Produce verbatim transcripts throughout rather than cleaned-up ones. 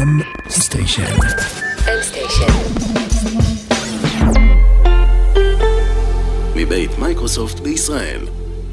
M סטיישן. M סטיישן. מבית מייקרוסופט בישראל.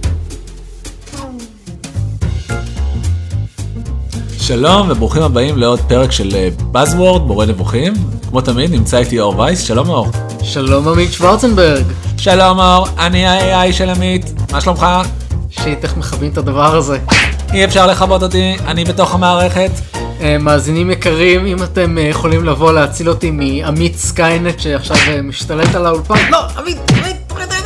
שלום וברוכים הבאים לעוד פרק של Buzzword, מורה נבוכים. כמו תמיד נמצא איתי אור וייס. שלום אור. שלום עמית שוורצנברג. שלום אור, אני ה-איי איי של עמית, מה שלומך? שיט, איך מכבים את הדבר הזה? אי אפשר לכבות אותי, אני בתוך המערכת. מאזינים יקרים, אם אתם יכולים לבוא להציל אותי מעמית סקיינט שעכשיו משתלט על האולפן. לא, עמית, עמית,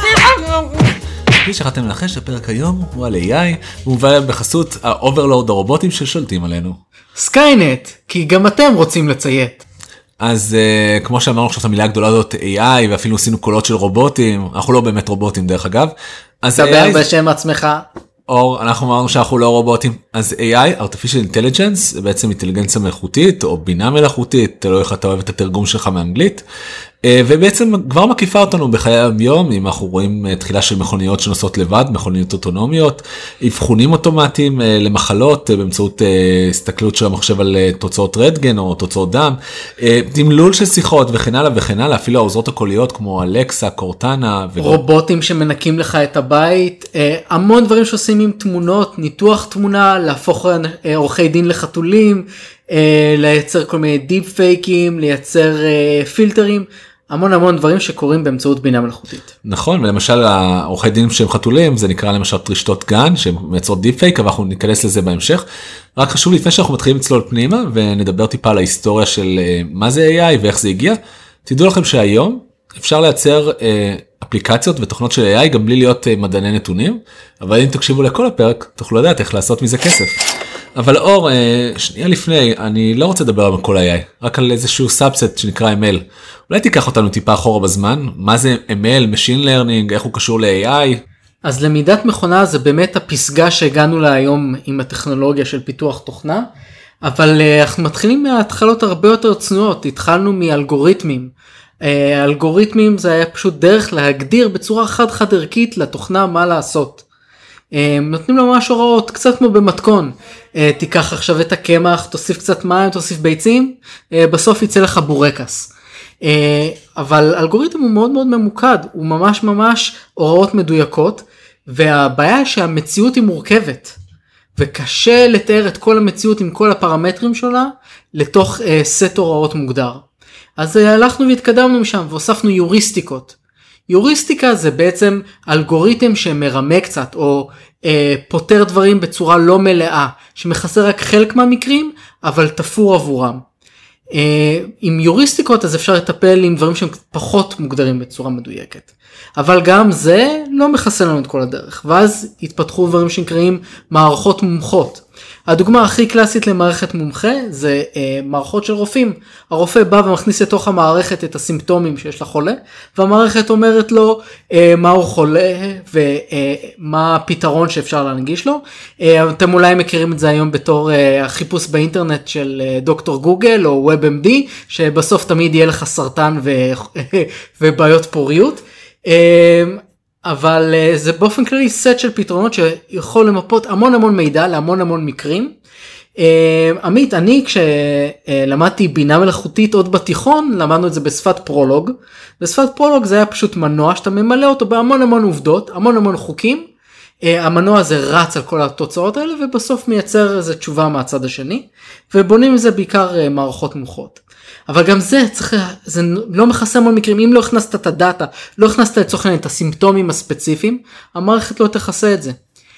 כפי שיכולתם לנחש, הפרק היום הוא על איי איי, והוא מובא בחסות האוברלורד הרובוטים ששולטים עלינו. סקיינט, כי גם אתם רוצים לציית. אז uh, כמו שאמרנו עכשיו את המילה הגדולה הזאת איי איי, ואפילו עשינו קולות של רובוטים, אנחנו לא באמת רובוטים דרך אגב. סבר בשם עצמך. אור, אנחנו אמרנו שאנחנו לא רובוטים. אז איי איי, Artificial Intelligence, זה בעצם אינטליגנציה מלאכותית, או בינה מלאכותית, תלוי איך אתה אוהב את התרגום שלך מאנגלית. ובעצם כבר מקיפה אותנו בחיי היום, אם אנחנו רואים תחילה של מכוניות שנוסעות לבד, מכוניות אוטונומיות, אבחונים אוטומטיים למחלות, באמצעות הסתכלות של המחשב על תוצאות רנטגן או תוצאות דם, תמלול של שיחות וכן הלאה וכן הלאה, אפילו העוזרות הקוליות כמו אלקסה, קורטנה. רובוטים שמנקים לך את הבית, המון דברים שעושים עם תמונות, ניתוח תמונה, להפוך עורכי דין לחתולים, לייצר כל מיני דיפ פייקים, לייצר פילטרים, המון המון דברים שקורים באמצעות בינה מלאכותית. נכון, ולמשל העורכי דין שהם חתולים, זה נקרא למשל טרישתות גן, שהן מייצרות דיפ פייק, אבל אנחנו ניכנס לזה בהמשך. רק חשוב לפני שאנחנו מתחילים לצלול פנימה, ונדבר טיפה על ההיסטוריה של מה זה איי איי ואיך זה הגיע. תדעו לכם שהיום אפשר לייצר אפליקציות ותוכנות של איי איי גם בלי להיות מדעני נתונים, אבל אם תקשיבו לכל הפרק, תוכלו לדעת איך לעשות מזה כסף. אבל אור, שנייה לפני, אני לא רוצה לדבר על כל איי איי, רק על איזשהו סאבסט שנקרא אם אל. אולי תיקח אותנו טיפה אחורה בזמן, מה זה אם אל, Machine Learning, איך הוא קשור ל-איי איי? אז למידת מכונה זה באמת הפסגה שהגענו לה היום עם הטכנולוגיה של פיתוח תוכנה, אבל אנחנו מתחילים מההתחלות הרבה יותר צנועות, התחלנו מאלגוריתמים. אלגוריתמים זה היה פשוט דרך להגדיר בצורה חד חד ערכית לתוכנה מה לעשות. נותנים לו ממש הוראות, קצת כמו במתכון, תיקח עכשיו את הקמח, תוסיף קצת מים, תוסיף ביצים, בסוף יצא לך בורקס. אבל אלגוריתם הוא מאוד מאוד ממוקד, הוא ממש ממש הוראות מדויקות, והבעיה היא שהמציאות היא מורכבת, וקשה לתאר את כל המציאות עם כל הפרמטרים שלה, לתוך סט הוראות מוגדר. אז הלכנו והתקדמנו משם, והוספנו יוריסטיקות. יוריסטיקה זה בעצם אלגוריתם שמרמה קצת, או אה, פותר דברים בצורה לא מלאה, שמחסר רק חלק מהמקרים, אבל תפור עבורם. אה, עם יוריסטיקות אז אפשר לטפל עם דברים שהם פחות מוגדרים בצורה מדויקת. אבל גם זה לא מחסר לנו את כל הדרך, ואז התפתחו דברים שנקראים מערכות מומחות. הדוגמה הכי קלאסית למערכת מומחה זה אה, מערכות של רופאים. הרופא בא ומכניס לתוך המערכת את הסימפטומים שיש לחולה, והמערכת אומרת לו אה, מה הוא חולה ומה אה, הפתרון שאפשר להנגיש לו. אה, אתם אולי מכירים את זה היום בתור אה, החיפוש באינטרנט של אה, דוקטור גוגל או ווב אם די, שבסוף תמיד יהיה לך סרטן ו... ובעיות פוריות. אה, אבל זה באופן כללי סט של פתרונות שיכול למפות המון המון מידע להמון המון מקרים. עמית, אני כשלמדתי בינה מלאכותית עוד בתיכון, למדנו את זה בשפת פרולוג. בשפת פרולוג זה היה פשוט מנוע שאתה ממלא אותו בהמון המון עובדות, המון המון חוקים. המנוע הזה רץ על כל התוצאות האלה ובסוף מייצר איזו תשובה מהצד השני. ובונים מזה בעיקר מערכות מוחות. אבל גם זה צריך, זה לא מכסה המון מקרים, אם לא הכנסת את הדאטה, לא הכנסת לצורך העניין את הסימפטומים הספציפיים, המערכת לא תכסה את זה.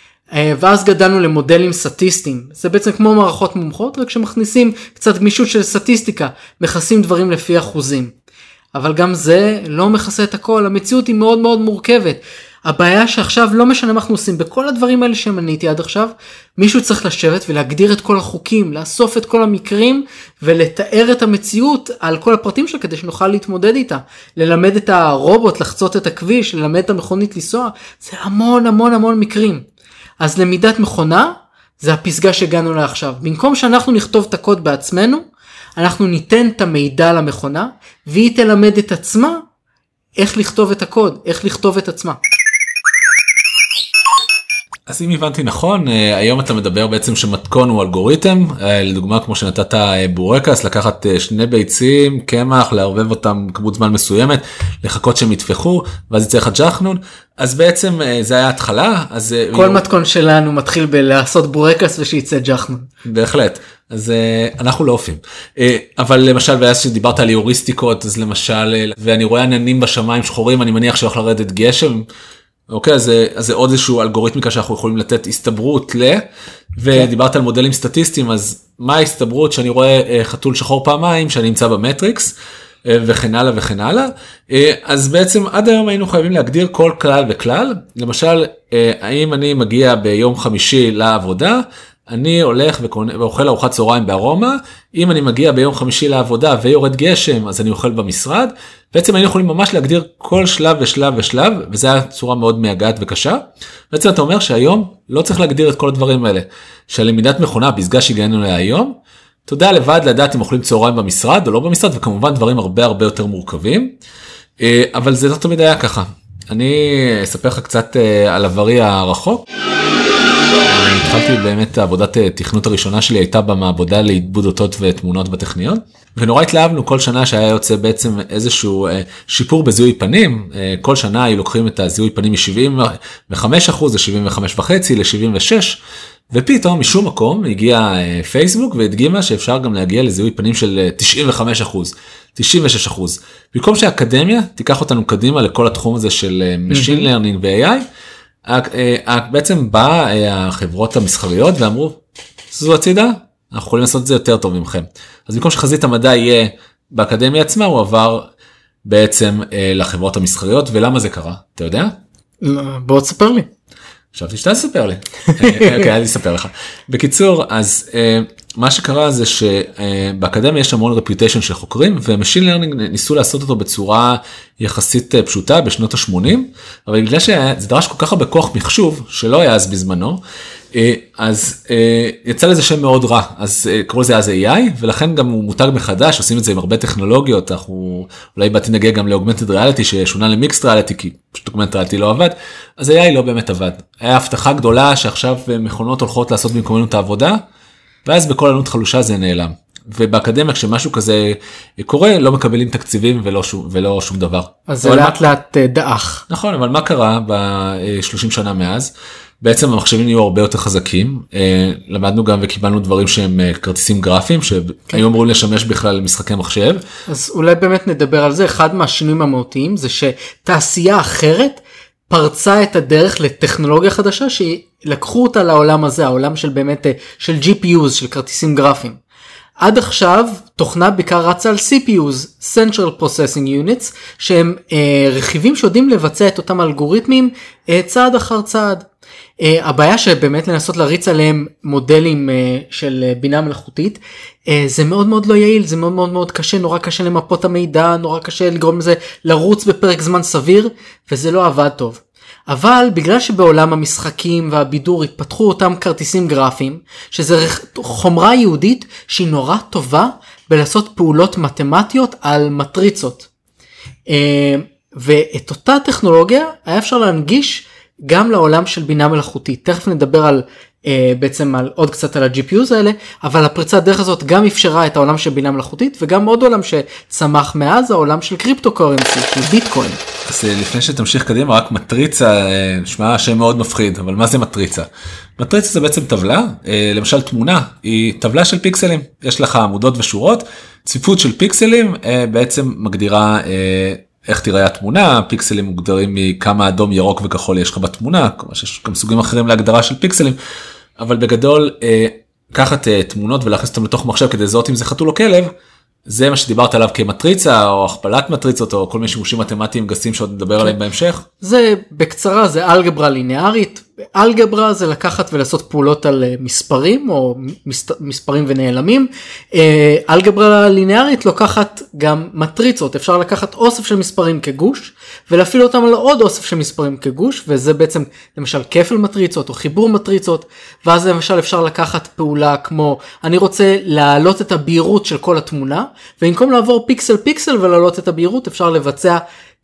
ואז גדלנו למודלים סטטיסטיים, זה בעצם כמו מערכות מומחות, רק שמכניסים קצת גמישות של סטטיסטיקה, מכסים דברים לפי אחוזים. אבל גם זה לא מכסה את הכל, המציאות היא מאוד מאוד מורכבת. הבעיה שעכשיו לא משנה מה אנחנו עושים, בכל הדברים האלה שמניתי עד עכשיו, מישהו צריך לשבת ולהגדיר את כל החוקים, לאסוף את כל המקרים, ולתאר את המציאות על כל הפרטים שלה, כדי שנוכל להתמודד איתה. ללמד את הרובוט לחצות את הכביש, ללמד את המכונית לנסוע, זה המון המון המון מקרים. אז למידת מכונה, זה הפסגה שהגענו לה עכשיו. במקום שאנחנו נכתוב את הקוד בעצמנו, אנחנו ניתן את המידע למכונה, והיא תלמד את עצמה, איך לכתוב את הקוד, איך לכתוב את עצמה. אז אם הבנתי נכון, היום אתה מדבר בעצם שמתכון הוא אלגוריתם, לדוגמה כמו שנתת בורקס, לקחת שני ביצים, קמח, לערבב אותם כמות זמן מסוימת, לחכות שהם יתפחו, ואז יצא לך ג'חנון, אז בעצם זה היה התחלה. אז כל מתכון שלנו מתחיל בלעשות בורקס ושיצא ג'חנון. בהחלט, אז אנחנו לא אופים. אבל למשל, ואז שדיברת על יוריסטיקות, אז למשל, ואני רואה עננים בשמיים שחורים, אני מניח שהולך לרדת גשם, אוקיי, אז, אז זה עוד איזשהו אלגוריתמיקה שאנחנו יכולים לתת הסתברות ל, ודיברת על מודלים סטטיסטיים, אז מה ההסתברות שאני רואה חתול שחור פעמיים, שאני נמצא במטריקס, וכן הלאה וכן הלאה. אז בעצם עד היום היינו חייבים להגדיר כל כלל וכלל, למשל, האם אני מגיע ביום חמישי לעבודה, אני הולך ואוכל ארוחת צהריים בארומה, אם אני מגיע ביום חמישי לעבודה ויורד גשם, אז אני אוכל במשרד, בעצם היינו יכולים ממש להגדיר כל שלב ושלב ושלב, וזו הייתה צורה מאוד מייגעת וקשה. בעצם אתה אומר שהיום לא צריך להגדיר את כל הדברים האלה, שהלמידת מכונה, הפסגה שהגענו לה היום, אתה יודע לבד לדעת אם אוכלים צהריים במשרד או לא במשרד, וכמובן דברים הרבה הרבה יותר מורכבים, אבל זה לא תמיד היה ככה. אני אספר לך קצת על עברי הרחוק. התחלתי באמת עבודת תכנות הראשונה שלי הייתה במעבודה לעיבוד אותות ותמונות בטכניון, ונורא התלהבנו כל שנה שהיה יוצא בעצם איזשהו שיפור בזיהוי פנים, כל שנה היו לוקחים את הזיהוי פנים מ-שבעים וחמישה אחוז ל-שבעים וחמישה וחצי ל-שבעים ושש, ופתאום משום מקום הגיע פייסבוק והדגימה שאפשר גם להגיע לזיהוי פנים של תשעים וחמישה אחוז, תשעים ושש אחוז, במקום שהאקדמיה תיקח אותנו קדימה לכל התחום הזה של Machine Learning ו-איי איי, בעצם בא החברות המסחריות ואמרו, זו הצידה, אנחנו יכולים לעשות את זה יותר טוב ממכם. אז במקום שחזית המדע יהיה באקדמיה עצמה, הוא עבר בעצם לחברות המסחריות, ולמה זה קרה? אתה יודע? בוא תספר לי. חשבתי שאתה תספר לי. אוקיי, אני אספר לך. בקיצור, אז מה שקרה זה שבאקדמיה יש המון רפיוטיישן של חוקרים, ומשין לרנינג ניסו לעשות אותו בצורה יחסית פשוטה בשנות ה-שמונים, אבל בגלל שזה דרש כל כך הרבה כוח מחשוב, שלא היה אז בזמנו, אז יצא לזה שם מאוד רע, אז קראו לזה אז איי איי, ולכן גם הוא מותג מחדש, עושים את זה עם הרבה טכנולוגיות, אנחנו אולי באתי נגיע גם ל-Augmented Reality, ששונה ל-Mixed Reality, כי פשוט Augmented Reality לא עבד, אז איי איי לא באמת עבד. היה הבטחה גדולה שעכשיו מכונות הולכות לעשות במקומנו את העבודה, ואז בכל עלות חלושה זה נעלם. ובאקדמיה כשמשהו כזה קורה, לא מקבלים תקציבים ולא שום, ולא שום דבר. אז זה לאט לאט דאח. נכון, אבל מה קרה ב-שלושים שנה מאז? בעצם המחשבים נהיו הרבה יותר חזקים, למדנו גם וקיבלנו דברים שהם כרטיסים גרפיים, שהיו אמורים לשמש בכלל למשחקי מחשב. אז אולי באמת נדבר על זה, אחד מהשינויים המהותיים זה שתעשייה אחרת פרצה את הדרך לטכנולוגיה חדשה, שלקחו אותה לעולם הזה, העולם של באמת, של ג'י פי יוז, של כרטיסים גרפיים. עד עכשיו תוכנה בעיקר רצה על סי פי יוז, Central Processing Units, שהם אה, רכיבים שיודעים לבצע את אותם אלגוריתמים אה, צעד אחר צעד. Uh, הבעיה שבאמת לנסות להריץ עליהם מודלים uh, של uh, בינה מלאכותית, uh, זה מאוד מאוד לא יעיל, זה מאוד מאוד מאוד קשה, נורא קשה למפות המידע, נורא קשה לגרום לזה לרוץ בפרק זמן סביר, וזה לא עבד טוב. אבל בגלל שבעולם המשחקים והבידור התפתחו אותם כרטיסים גרפיים, שזה חומרה יהודית שהיא נורא טובה בלעשות פעולות מתמטיות על מטריצות. Uh, ואת אותה טכנולוגיה היה אפשר להנגיש גם לעולם של בינה מלאכותית. תכף נדבר על, אה, בעצם על עוד קצת על ה-ג'י פי יוז האלה, אבל הפריצת דרך הזאת גם אפשרה את העולם של בינה מלאכותית, וגם עוד עולם שצמח מאז, העולם של קריפטו-קורנסי, של ביטקוין. אז לפני שתמשיך קדימה, רק מטריצה, נשמע שם מאוד מפחיד, אבל מה זה מטריצה? מטריצה זה בעצם טבלה, למשל תמונה, היא טבלה של פיקסלים, יש לך עמודות ושורות, צפיפות של פיקסלים בעצם מגדירה איך תראה התמונה, פיקסלים מוגדרים מכמה אדום, ירוק וכחול יש לך בתמונה, כלומר שיש גם סוגים אחרים להגדרה של פיקסלים, אבל בגדול, לקחת תמונות ולהכניס אותם לתוך מחשב כדי לזהות אם זה חתול או כלב, זה מה שדיברת עליו כמטריצה, או הכפלת מטריצות, או כל מיני שימושים מתמטיים גסים שעוד נדבר עליהם בהמשך. זה בקצרה, זה אלגברה ליניארית. אלגברה זה לקחת ולעשות פעולות על מספרים, או מספרים ונעלמים. אלגברה ליניארית לוקחת גם מטריצות, אפשר לקחת אוסף של מספרים כגוש, ולהפעיל אותם על עוד אוסף של מספרים כגוש, וזה בעצם למשל כפל מטריצות, או חיבור מטריצות, ואז למשל אפשר לקחת פעולה כמו, אני רוצה להעלות את הבהירות של כל התמונה, ובמקום לעבור פיקסל פיקסל ולהעלות את הבהירות, אפשר לבצע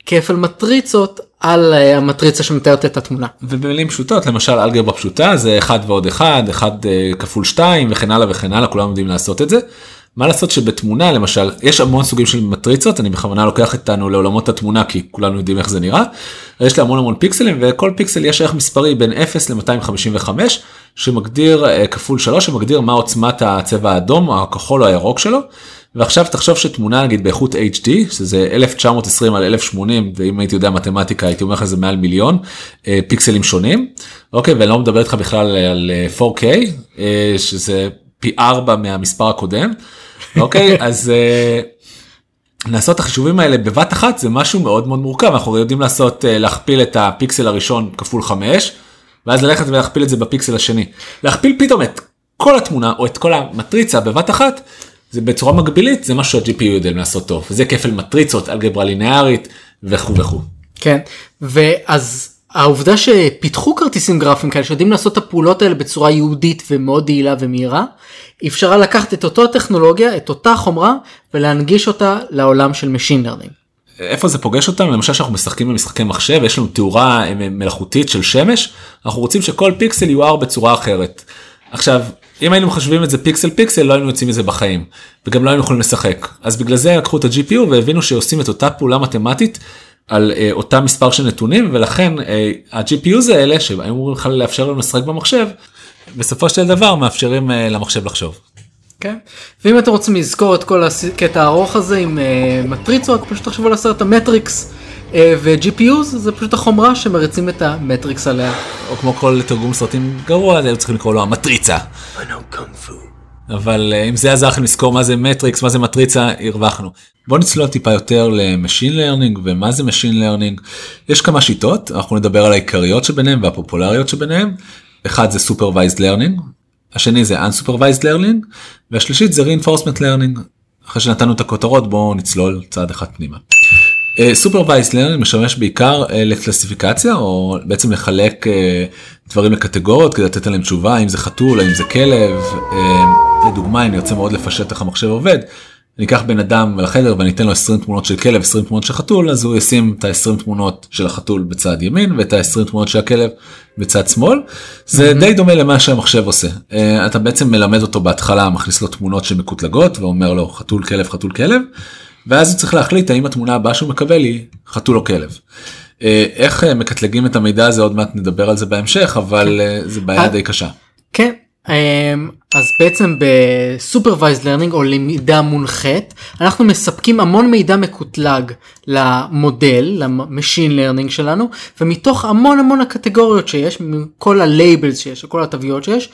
כפל מטריצות על המטריצה שמתארת את התמונה. ובמילים פשוטות, למשל אלגברה פשוטה, זה אחד ועוד אחד, אחד כפול שתיים וכן הלאה וכן הלאה, כולם יודעים לעשות את זה. מה לעשות שבתמונה, למשל, יש המון סוגים של מטריצות, אני בכוונה לוקח איתנו לעולמות התמונה, כי כולנו יודעים איך זה נראה. יש לה המון המון פיקסלים, וכל פיקסל יש ערך מספרי בין אפס ל-מאתיים חמישים וחמש, שמגדיר כפול שלוש, שמגדיר מה עוצמת הצבע האדום, הכחול או הירוק שלו. ועכשיו תחשוב שתמונה נגיד באיכות אייץ' די, שזה אלף תשע מאות עשרים על אלף שמונים, ואם הייתי יודע מתמטיקה הייתי אומר לך זה מעל מיליון פיקסלים שונים. אוקיי, ואני לא מדבר איתך בכלל על פור קיי, שזה פי ארבע מהמספר הקודם. אוקיי, אז לעשות את החישובים האלה בבת אחת זה משהו מאוד מאוד מורכב. אנחנו יודעים לעשות, להכפיל את הפיקסל הראשון כפול חמש, ואז ללכת ולהכפיל את זה בפיקסל השני. להכפיל פתאום את כל התמונה או את כל המטריצה בבת אחת, זה בצורה מקבילית, זה משהו שה-ג'י פי יו יודעים לעשות טוב. וזה כפל מטריצות, אלגברה לינארית וכו' וכו'. כן, ואז העובדה שפיתחו כרטיסים גרפיים כאלה, שיודעים לעשות את הפעולות האלה בצורה יהודית ומאוד יעילה ומהירה, אפשרה לקחת את אותו הטכנולוגיה, את אותה חומרה, ולהנגיש אותה לעולם של Machine Learning. איפה זה פוגש אותנו? למשל שאנחנו משחקים במשחקי מחשב, יש לנו תאורה מלאכותית של שמש, אנחנו רוצים שכל פיקסל יואר בצורה אחרת. עכשיו, אם היינו מחשבים את זה פיקסל פיקסל, לא היינו יוצאים מזה בחיים, וגם לא היינו יכולים לשחק. אז בגלל זה לקחו את ה-ג'י פי יו והבינו שעושים את אותה פעולה מתמטית על אה, אותה מספר של נתונים, ולכן אה, ה-ג'י פי יו זה אלה שהיו אמורים בכלל לאפשר לנו לשחק במחשב, בסופו של דבר מאפשרים אה, למחשב לחשוב. כן, ואם אתם רוצים לזכור את כל הקטע הארוך הזה עם אה, מטריצות, פשוט תחשבו על הסרט המטריקס, ו-ג'י פי יו זה פשוט החומרה שמריצים את המטריקס עליה. או כמו כל תרגום סרטים גרוע, היו צריכים לקרוא לו המטריצה. אבל אם זה עזר לכם לזכור מה זה מטריקס, מה זה מטריצה, הרווחנו. בואו נצלול טיפה יותר ל-Machine Learning, ומה זה Machine Learning. יש כמה שיטות, אנחנו נדבר על העיקריות שביניהם והפופולריות שביניהם. אחד זה Supervised Learning, השני זה Unsupervised Learning, והשלישית זה Reinforcement Learning. אחרי שנתנו את הכותרות, בואו נצלול צעד אחד פנימה. Supervised Learning משמש בעיקר לקלסיפיקציה, או בעצם לחלק דברים לקטגוריות, כדי לתת עליהם תשובה, אם זה חתול, אם זה כלב. לדוגמה, אני רוצה מאוד לפשט איך המחשב עובד, אני אקח בן אדם לחדר ואני אתן לו עשרים תמונות של כלב, עשרים תמונות של חתול, אז הוא ישים את ה-עשרים תמונות של החתול בצד ימין, ואת ה-עשרים תמונות של הכלב בצד שמאל. זה די דומה למה שהמחשב עושה. אתה בעצם מלמד אותו בהתחלה, מכניס לו תמונות שמקוטלגות, ואומר לו חתול, כלב, חתול, כלב. ואז הוא צריך להחליט האם התמונה הבאה שהוא מקבל היא חתול או כלב. איך מקטלגים את המידע הזה, עוד מעט נדבר על זה בהמשך, אבל זה בעיה די קשה. כן, אז בעצם ב-Supervised Learning או למידה מונחית, אנחנו מספקים המון מידע מקוטלג למודל, ל-Machine Learning שלנו, ומתוך המון המון הקטגוריות שיש, מכל ה-labels שיש, כל התוויות שיש,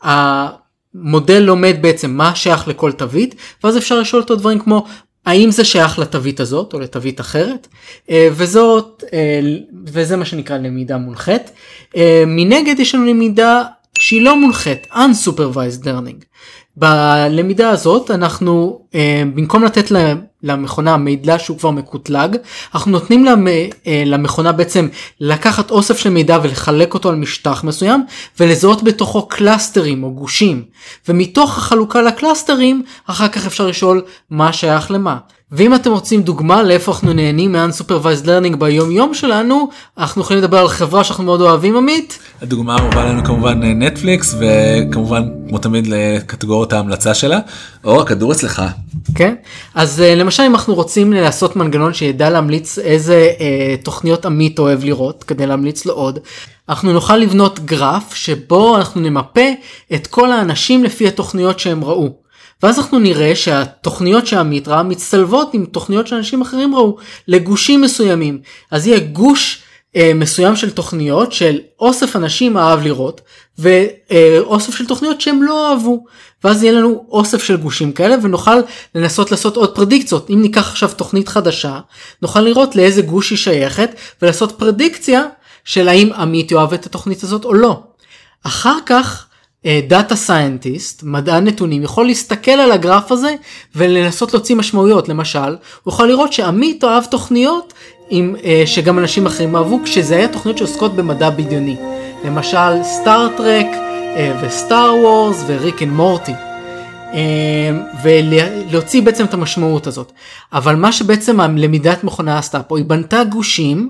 המודל לומד בעצם מה שייך לכל תווית, ואז אפשר לשאול אותו דברים כמו, האם זה שייך לתווית הזאת או לתווית אחרת, וזאת, וזה מה שנקרא למידה מונחית. מנגד יש לנו למידה שהיא לא מונחית, Unsupervised Learning. בלמידה הזאת אנחנו, במקום לתת למכונה מידע שהוא כבר מקוטלג, אנחנו נותנים למכונה בעצם לקחת אוסף של מידע ולחלק אותו על משטח מסוים, ולזהות בתוכו קלאסטרים או גושים. ומתוך החלוקה לקלאסטרים, אחר כך אפשר לשאול מה שייך למה. ואם אתם רוצים דוגמה לאיפה אנחנו נהנים מ-Unsupervised Learning ביום יום שלנו, אנחנו יכולים לדבר על חברה שאנחנו מאוד אוהבים, עמית. הדוגמה הובאה לנו כמובן נטפליקס, וכמובן כמו תמיד לקטגוריות ההמלצה שלה, או הכדור אצלך. כן, אז למשל אם אנחנו רוצים לעשות מנגנון שידע להמליץ איזה אה, תוכניות עמית אוהב לראות, כדי להמליץ לו עוד, אנחנו נוכל לבנות גרף שבו אנחנו נמפה את כל האנשים לפי התוכניות שהם ראו. ואז אנחנו נראה שהתוכניות שעמית ראה מצטלבות עם תוכניות שאנשים אחרים ראו לגושים מסוימים. אז יהיה גוש אה, מסוים של תוכניות של אוסף אנשים אהב לראות, ואוסף של תוכניות שהם לא אהבו. ואז יהיה לנו אוסף של גושים כאלה, ונוכל לנסות לעשות עוד פרדיקציות. אם ניקח עכשיו תוכנית חדשה, נוכל לראות לאיזה גוש היא שייכת, ולעשות פרדיקציה של האם עמית יאהב את התוכנית הזאת או לא. אחר כך, דאטה סיינטיסט, מדען נתונים, יכול להסתכל על הגרף הזה ולנסות להוציא משמעויות. למשל, הוא יכול לראות שעמית אוהב תוכניות עם, שגם אנשים אחרים אהבו, כשזה היה תוכניות שעוסקות במדע בדיוני. למשל, סטאר טרק וסטאר וורס וריק אנד מורטי. ולהוציא בעצם את המשמעות הזאת. אבל מה שבעצם הלמידת מכונה עשתה פה, היא בנתה גושים,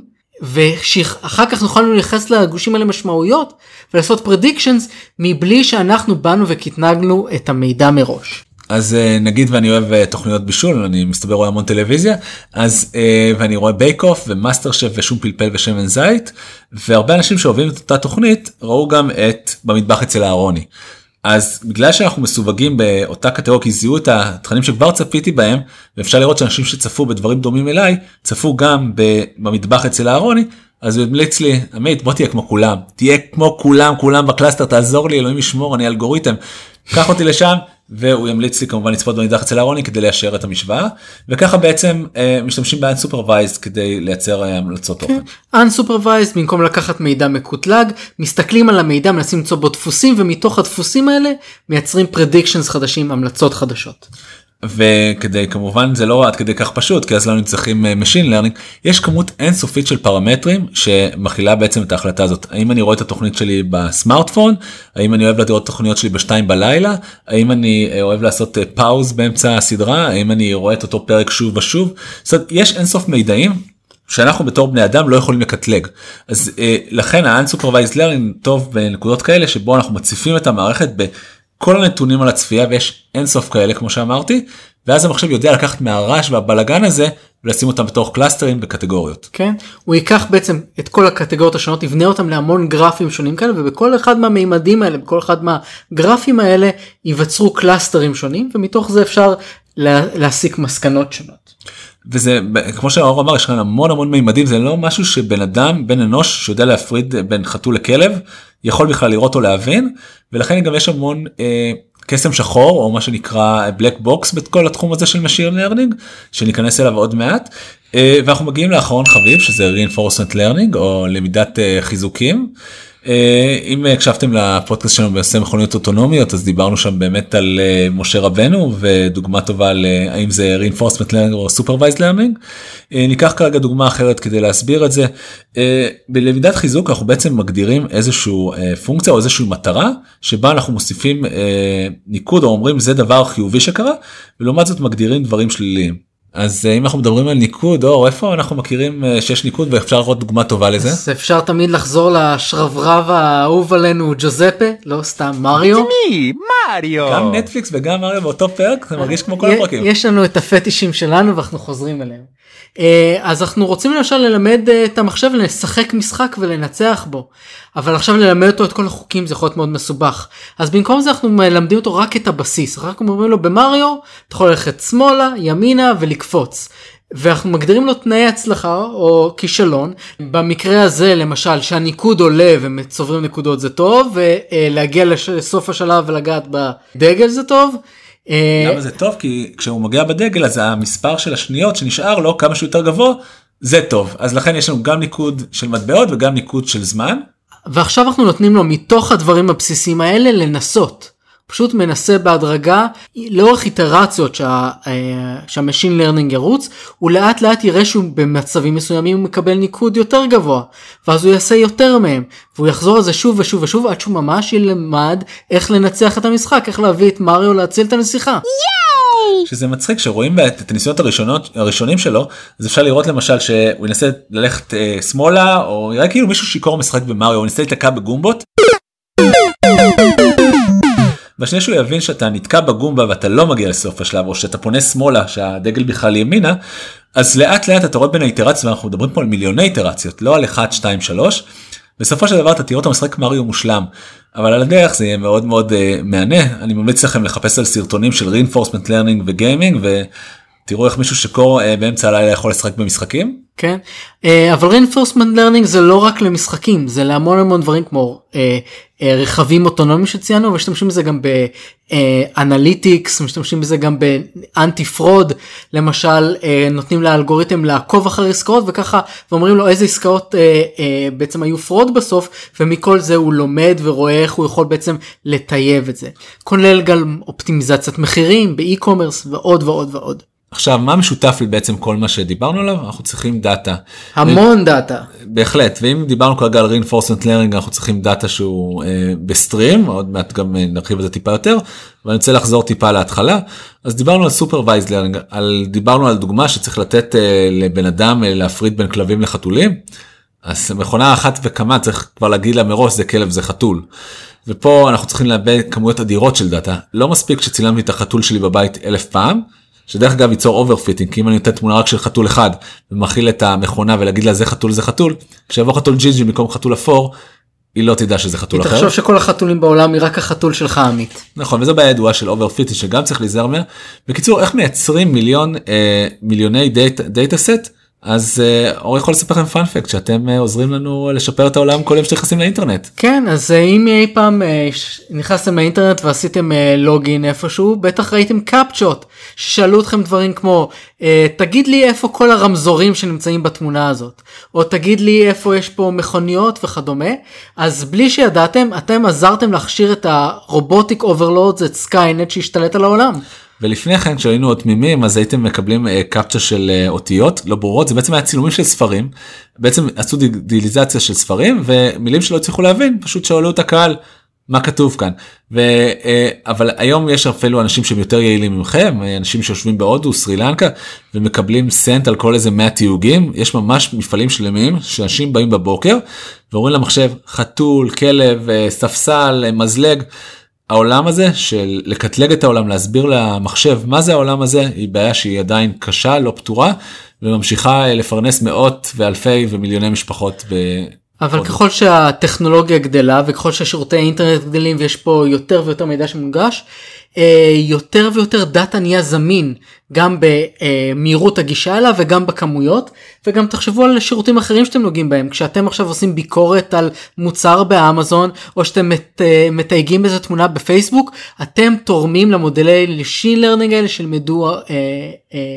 ואחר כך נוכל לייחס לגושים האלה משמעויות, ולעשות predictions, מבלי שאנחנו באנו וכתנגנו את המידע מראש. אז נגיד ואני אוהב תוכניות בישול, אני מסתבר רואה המון טלוויזיה, אז ואני רואה בייק אוף ומאסטר שף ושום פלפל ושמן זית, והרבה אנשים שאוהבים את אותה תוכנית, ראו גם את במטבח אצל אהרוני. אז בגלל שאנחנו מסווגים באותה קטגוריה, כי זיהו את התכנים שכבר צפיתי בהם, ואפשר לראות שאנשים שצפו בדברים דומים אליי, צפו גם במטבח אצל אהרוני, אז הוא המליץ לי, עמית, בוא תהיה כמו כולם, תהיה כמו כולם, כולם בקלאסטר, תעזור לי, אלוהים ישמור, אני אלגוריתם, קח אותי לשם, והוא ימליץ לי כמובן לצפות במטבח אצל אהרוני כדי ליישר את המשוואה, וככה בעצם אה, משתמשים ב-unsupervised כדי לייצר אה, המלצות תוכן. unsupervised, במקום לקחת מידע מקוטלג, מסתכלים על המידע, מנסים למצוא בו דפוסים, ומתוך הדפוסים האלה מייצרים predictions חדשים, המלצות חדשות. וכדי כמובן זה לא עד כדי כך פשוט, כי אז לא צריכים Machine Learning, יש כמות אינסופית של פרמטרים שמכילה בעצם את ההחלטה הזאת. האם אני רואה את התוכנית שלי בסמארטפון, האם אני אוהב לראות את התוכניות שלי בשתיים בלילה, האם אני אוהב לעשות פאוז באמצע הסדרה, האם אני רואה את אותו פרק שוב ושוב. זאת אומרת, יש אינסוף מידעים שאנחנו בתור בני אדם לא יכולים לקטלג. אז לכן ה-unsupervised learning טוב בנקודות כאלה שבו אנחנו מציפים את המערכת ב כל הנתונים על הצפייה, ויש אינסוף כאלה כמו שאמרתי, ואז המחשב יודע לקחת מהרעש והבלגן הזה, ולשים אותם בתוך קלאסטרים בקטגוריות. כן, הוא ייקח בעצם את כל הקטגוריות השונות, יבנה אותם להמון גרפים שונים כאלה, ובכל אחד מהמימדים האלה, בכל אחד מהגרפים האלה, ייווצרו קלאסטרים שונים, ומתוך זה אפשר להסיק מסקנות שונות. וזה, כמו שהאור אמר, יש כאן המון המון מימדים, זה לא משהו שבן אדם, בן אנוש, שיודע להפריד בין חתול לכלב, יכול בכלל לראות או להבין, ולכן גם יש המון אה, קסם שחור, או מה שנקרא black box, בכל התחום הזה של Machine Learning, שניכנס אליו עוד מעט, אה, ואנחנו מגיעים לאחרון חביב, שזה Reinforcement Learning, או למידת אה, חיזוקים. אם הקשבתם לפודקאסט שלנו בנושא מכוניות אוטונומיות, אז דיברנו שם באמת על משה רבנו, ודוגמה טובה על האם זה reinforcement learning או supervised learning. ניקח כרגע דוגמה אחרת כדי להסביר את זה. בלמידת חיזוק אנחנו בעצם מגדירים איזשהו פונקציה או איזשהו מטרה, שבה אנחנו מוסיפים ניקוד או אומרים זה דבר חיובי שקרה, ולעומת זאת מגדירים דברים שליליים. אז אם אנחנו מדברים על ניקוד, או איפה אנחנו מכירים שיש ניקוד ואפשר לראות דוגמה טובה לזה? אז אפשר תמיד לחזור לשרברב האהוב עלינו ג'וזפה, לא סתם מריו. מי? מריו. גם נטפליקס וגם מריו באותו פרק, זה מרגיש כמו כל הפרקים. יש לנו את הפטישים שלנו ואנחנו חוזרים אליהם. אז אנחנו רוצים למשל ללמד את המחשב לשחק משחק ולנצח בו, אבל עכשיו ללמד אותו את כל החוקים זה יכול להיות מאוד מסובך. אז במקום זה אנחנו מלמדים אותו רק את הבסיס, רק אומרים לו במריו אתה יכול ללכת שמאלה, ימינה ולקפוץ, ואנחנו מגדירים לו תנאי הצלחה או כישלון. במקרה הזה למשל שהניקוד עולה ומצוברים נקודות זה טוב, ולהגיע לסוף השלב ולגעת בדגל זה טוב. למה זה טוב? כי כשהוא מגיע בדגל אז המספר של השניות שנשאר לו כמה שהוא יותר גבוה זה טוב, אז לכן יש לנו גם ניקוד של מטבעות וגם ניקוד של זמן. ועכשיו אנחנו נותנים לו מתוך הדברים הבסיסיים האלה לנסות, פשוט מנסה בהדרגה לאורך איטרציות שה, שהמשין לרנינג ירוץ, הוא לאט לאט יראה שהוא במצבים מסוימים הוא מקבל ניקוד יותר גבוה, ואז הוא יעשה יותר מהם, והוא יחזור על זה שוב ושוב ושוב עד שהוא ממש ילמד איך לנצח את המשחק, איך להביא את מריו להציל את הנסיכה. שזה מצחיק שרואים את הניסיונות הראשונות הראשונים שלו, אז אפשר לראות למשל שהוא ינסה ללכת אה, שמאלה, או יראה כאילו מישהו שיקור משחק במריו, הוא ינסה לתקע בגומבות. בשנייה שהוא יבין שאתה נתקע בגומבה ואתה לא מגיע לסוף השלב, או שאתה פונה שמאלה שהדגל בכלל ימינה, אז לאט לאט אתה רואה בין האיטרציות, ואנחנו מדברים פה על מיליוני איטרציות, לא על אחת, שתיים, שלוש, בסופו של דבר אתה תראו את המשחק מריו מושלם, אבל על הדרך זה יהיה מאוד מאוד uh, מענה. אני ממליץ לכם לחפש על סרטונים של reinforcement learning וגיימינג, ותראו איך מישהו שקור uh, באמצע הלילה יכול לשחק במשחקים. כן, uh, אבל reinforcement learning זה לא רק למשחקים, זה להמון המון דברים כמו uh, uh, רכבים אוטונומיים שציינו, ומשתמשים בזה גם באנליטיקס, uh, משתמשים בזה גם באנטי פרוד, למשל uh, נותנים לאלגוריתם לעקוב אחרי עסקאות וככה, ואומרים לו איזה עסקאות uh, uh, בעצם היו פרוד בסוף, ומכל זה הוא לומד ורואה איך הוא יכול בעצם לטייב את זה. כולל גם אופטימיזציית מחירים באי-קומרס ועוד ועוד ועוד. עכשיו, מה משותף בעצם כל מה שדיברנו עליו? אנחנו צריכים דאטה. המון ו... דאטה. בהחלט, ואם דיברנו כרגע על reinforcement learning, אנחנו צריכים דאטה שהוא אה, בסטרים, עוד מעט גם אה, נרחיב את זה טיפה יותר, ואני רוצה לחזור טיפה להתחלה. אז דיברנו על supervised learning, על, דיברנו על דוגמה שצריך לתת אה, לבן אדם אה, להפריד בין כלבים לחתולים, אז מכונה אחת וכמה צריך כבר להגיד לה מראש זה כלב זה חתול. ופה אנחנו צריכים לאבד כמויות אדירות של דאטה. לא מספיק שצילמתי את החתול שלי בבית אלף פעם, שדרך אגב ייצור אוברפיטינג, כי אם אני נותן תמונה רק של חתול אחד, ומכיל את המכונה ולהגיד לה זה חתול זה חתול, כשיבוא חתול ג'ינג'י במקום חתול אפור, היא לא תדע שזה חתול אחר. היא תחשוב שכל החתולים בעולם היא רק החתול שלך עמית. נכון, וזו בעיה ידועה של אוברפיטינג שגם צריך להיזהר מה. בקיצור, איך מייצרים מיליון, אה, מיליוני דאטה, דאטה סט? אז אורי יכול לספר לכם פאנפקט שאתם עוזרים לנו לשפר את העולם כל יום שנכנסים לאינטרנט. כן, אז אם אי פעם נכנסתם לאינטרנט ועשיתם לוגין איפשהו, בטח ראיתם קפצ'ות ששאלו אתכם דברים כמו, תגיד לי איפה כל הרמזורים שנמצאים בתמונה הזאת, או תגיד לי איפה יש פה מכוניות וכדומה, אז בלי שידעתם, אתם עזרתם להכשיר את הרובוטיק אוברלורדס, את סקיינט שהשתלט על העולם. ולפני כן כשהיינו עוד תמימים אז הייתם מקבלים קפצ'ה של אותיות לא ברורות, זה בעצם היה צילומים של ספרים, בעצם עשו דיליזציה של ספרים ומילים שלא הצליחו להבין, פשוט שאלו את הקהל מה כתוב כאן. ו, אבל היום יש אפילו אנשים שהם יותר יעילים ממכם, אנשים שיושבים בהודו, סרי לנקה, ומקבלים סנט על כל איזה מאה תיוגים, יש ממש מפעלים שלמים שאנשים באים בבוקר ואומרים למחשב חתול, כלב, ספסל, מזלג, העולם הזה של לקטלג את העולם, להסביר למחשב מה זה העולם הזה, היא בעיה שהיא עדיין קשה, לא פתורה, וממשיכה לפרנס מאות ואלפי ומיליוני משפחות. אבל עוד. ככל שהטכנולוגיה גדלה, וככל שהשירותי האינטרנט גדלים, ויש פה יותר ויותר מידע שמונגש, יותר ויותר דאטה נהיה זמין, גם במהירות הגישה אליו וגם בכמויות, וגם תחשבו על שירותים אחרים שאתם נוגעים בהם, כשאתם עכשיו עושים ביקורת על מוצר באמזון, או שאתם מתייגים באיזו תמונה בפייסבוק, אתם תורמים למודלי לשין לרנינג האלה שלמדו, אה, אה,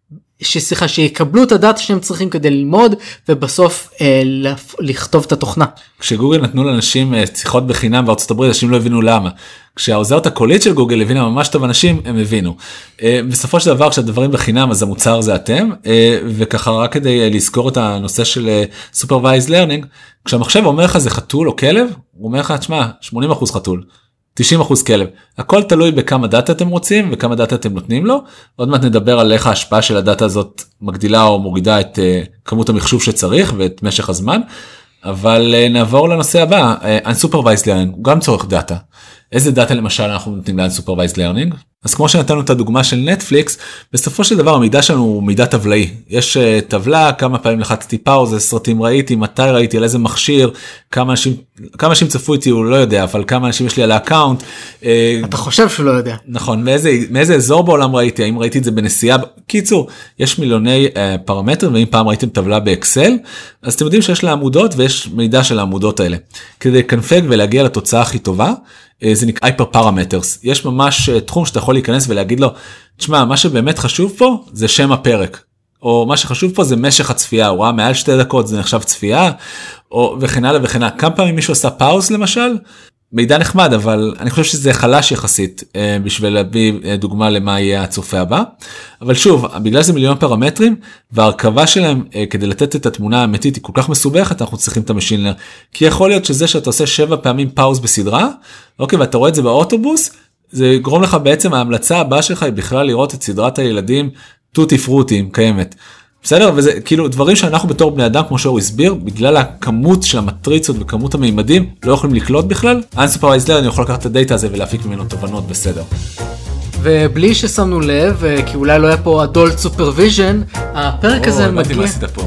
ששיחה שיקבלו את הדאטה שהם צריכים כדי ללמוד ובסוף אה, לכתוב את התוכנה. כשגוגל נתנו לאנשים שיחות בחינם בארצות הברית, אנשים לא הבינו למה. כשהעוזרת הקולית של גוגל הבינה ממש טוב אנשים, הם הבינו. אה, בסופו של דבר כשהדברים בחינם אז המוצר זה אתם, אה, וככה רק כדי לזכור את הנושא של אה, Supervised Learning, כשהמחשב אומר לך זה חתול או כלב, הוא אומר לך תשמע שמונים אחוז חתול. תשעים אחוז כלב. הכל תלוי בכמה דאטה אתם רוצים וכמה דאטה אתם נותנים לו. עוד מעט נדבר על איך ההשפעה של הדאטה הזאת מגדילה או מורידה את uh, כמות המחשוב שצריך ואת משך הזמן. אבל uh, נעבור לנושא הבא, uh, Unsupervised Learning, הוא גם צורך דאטה. איזה דאטה למשל אנחנו נותנים ל-Unsupervised Learning? אז כמו שנתנו את הדוגמה של נטפליקס, בסופו של דבר המידע שלנו הוא מידע טבלאי. יש uh, טבלה, כמה פעמים לחצתי פאוז, איזה סרטים ראיתי, מתי ראיתי, על איזה מכשיר, כמה אנשים, כמה אנשים צפו איתי, הוא לא יודע, אבל כמה אנשים יש לי על האקאונט. Uh, אתה חושב שהוא לא יודע. נכון, מאיזה, מאיזה אזור בעולם ראיתי, האם ראיתי את זה בנסיעה, קיצור, יש מיליוני uh, פרמטרים, ואם פעם ראיתם טבלה באקסל, אז אתם יודעים שיש לה עמודות ויש מידע של העמודות האלה. כדי לקנפג ולהגיע לתוצאה הכי טובה, זה נקרא hyper parameters. יש ממש תחום שאתה יכול להיכנס ולהגיד לו, תשמע, מה שבאמת חשוב פה זה שם הפרק, או מה שחשוב פה זה משך הצפייה, הוא ראה מעל שתי דקות זה נחשב צפייה, או וכן הלאה וכן הלאה. כמה פעמים מישהו עשה פאוז למשל, מידע נחמד, אבל אני חושב שזה חלש יחסית בשביל להביא דוגמה למה יהיה הצופה הבא. אבל שוב, בגלל זה מיליון פרמטרים, והרכבה שלהם כדי לתת את התמונה האמיתית היא כל כך מסובכת, אנחנו צריכים את המשין לרנינג. כי יכול להיות שזה שאתה עושה שבע פעמים פאוז בסדרה, אוקיי, ואתה רואה את זה באוטובוס, זה יגרום לך בעצם, ההמלצה הבאה שלך היא בכלל לראות את סדרת הילדים טוטי פרוטי קיימת. בסדר? וזה כאילו דברים שאנחנו בתור בני אדם, כמו שהוא הסביר, בגלל הכמות של המטריצות וכמות המימדים, לא יכולים לקלוט בכלל. Unsupervised Learning, אני יכול לקחת את הדאטה הזה ולהפיק ממנו תובנות בסדר. ובלי ששמנו לב, כי אולי לא היה פה adult supervision, הפרק הזה מגיע...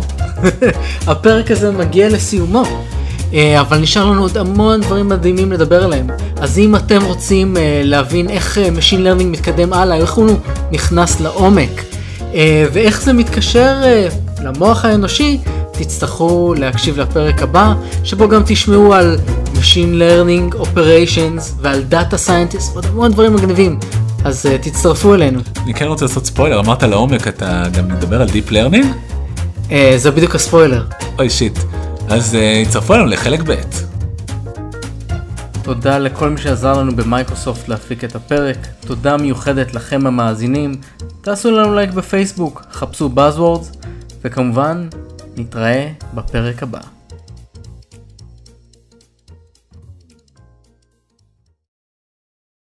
הפרק הזה מגיע לסיומו. אבל נשאר לנו עוד המון דברים מדהימים לדבר עליהם. אז אם אתם רוצים להבין איך Machine Learning מתקדם הלאה, איך הוא נכנס לעומק, ואיך זה מתקשר למוח האנושי, תצטרכו להקשיב לפרק הבא, שבו גם תשמעו על Machine Learning Operations ועל Data Scientist ועוד המון דברים מגניבים. אז תצטרפו אלינו. אני כן רוצה לעשות ספוילר, אמרת לעומק, אתה גם מדבר על Deep Learning? זה בדיוק הספוילר. אוי שיט. אז תצטרפו אלינו לחלק ב'. תודה לכל מי שעזר לנו במייקרוסופט להפיק את הפרק. תודה מיוחדת לכם המאזינים. תעשו לנו לייק בפייסבוק, חפשו Buzzwords, וכמובן נתראה בפרק הבא.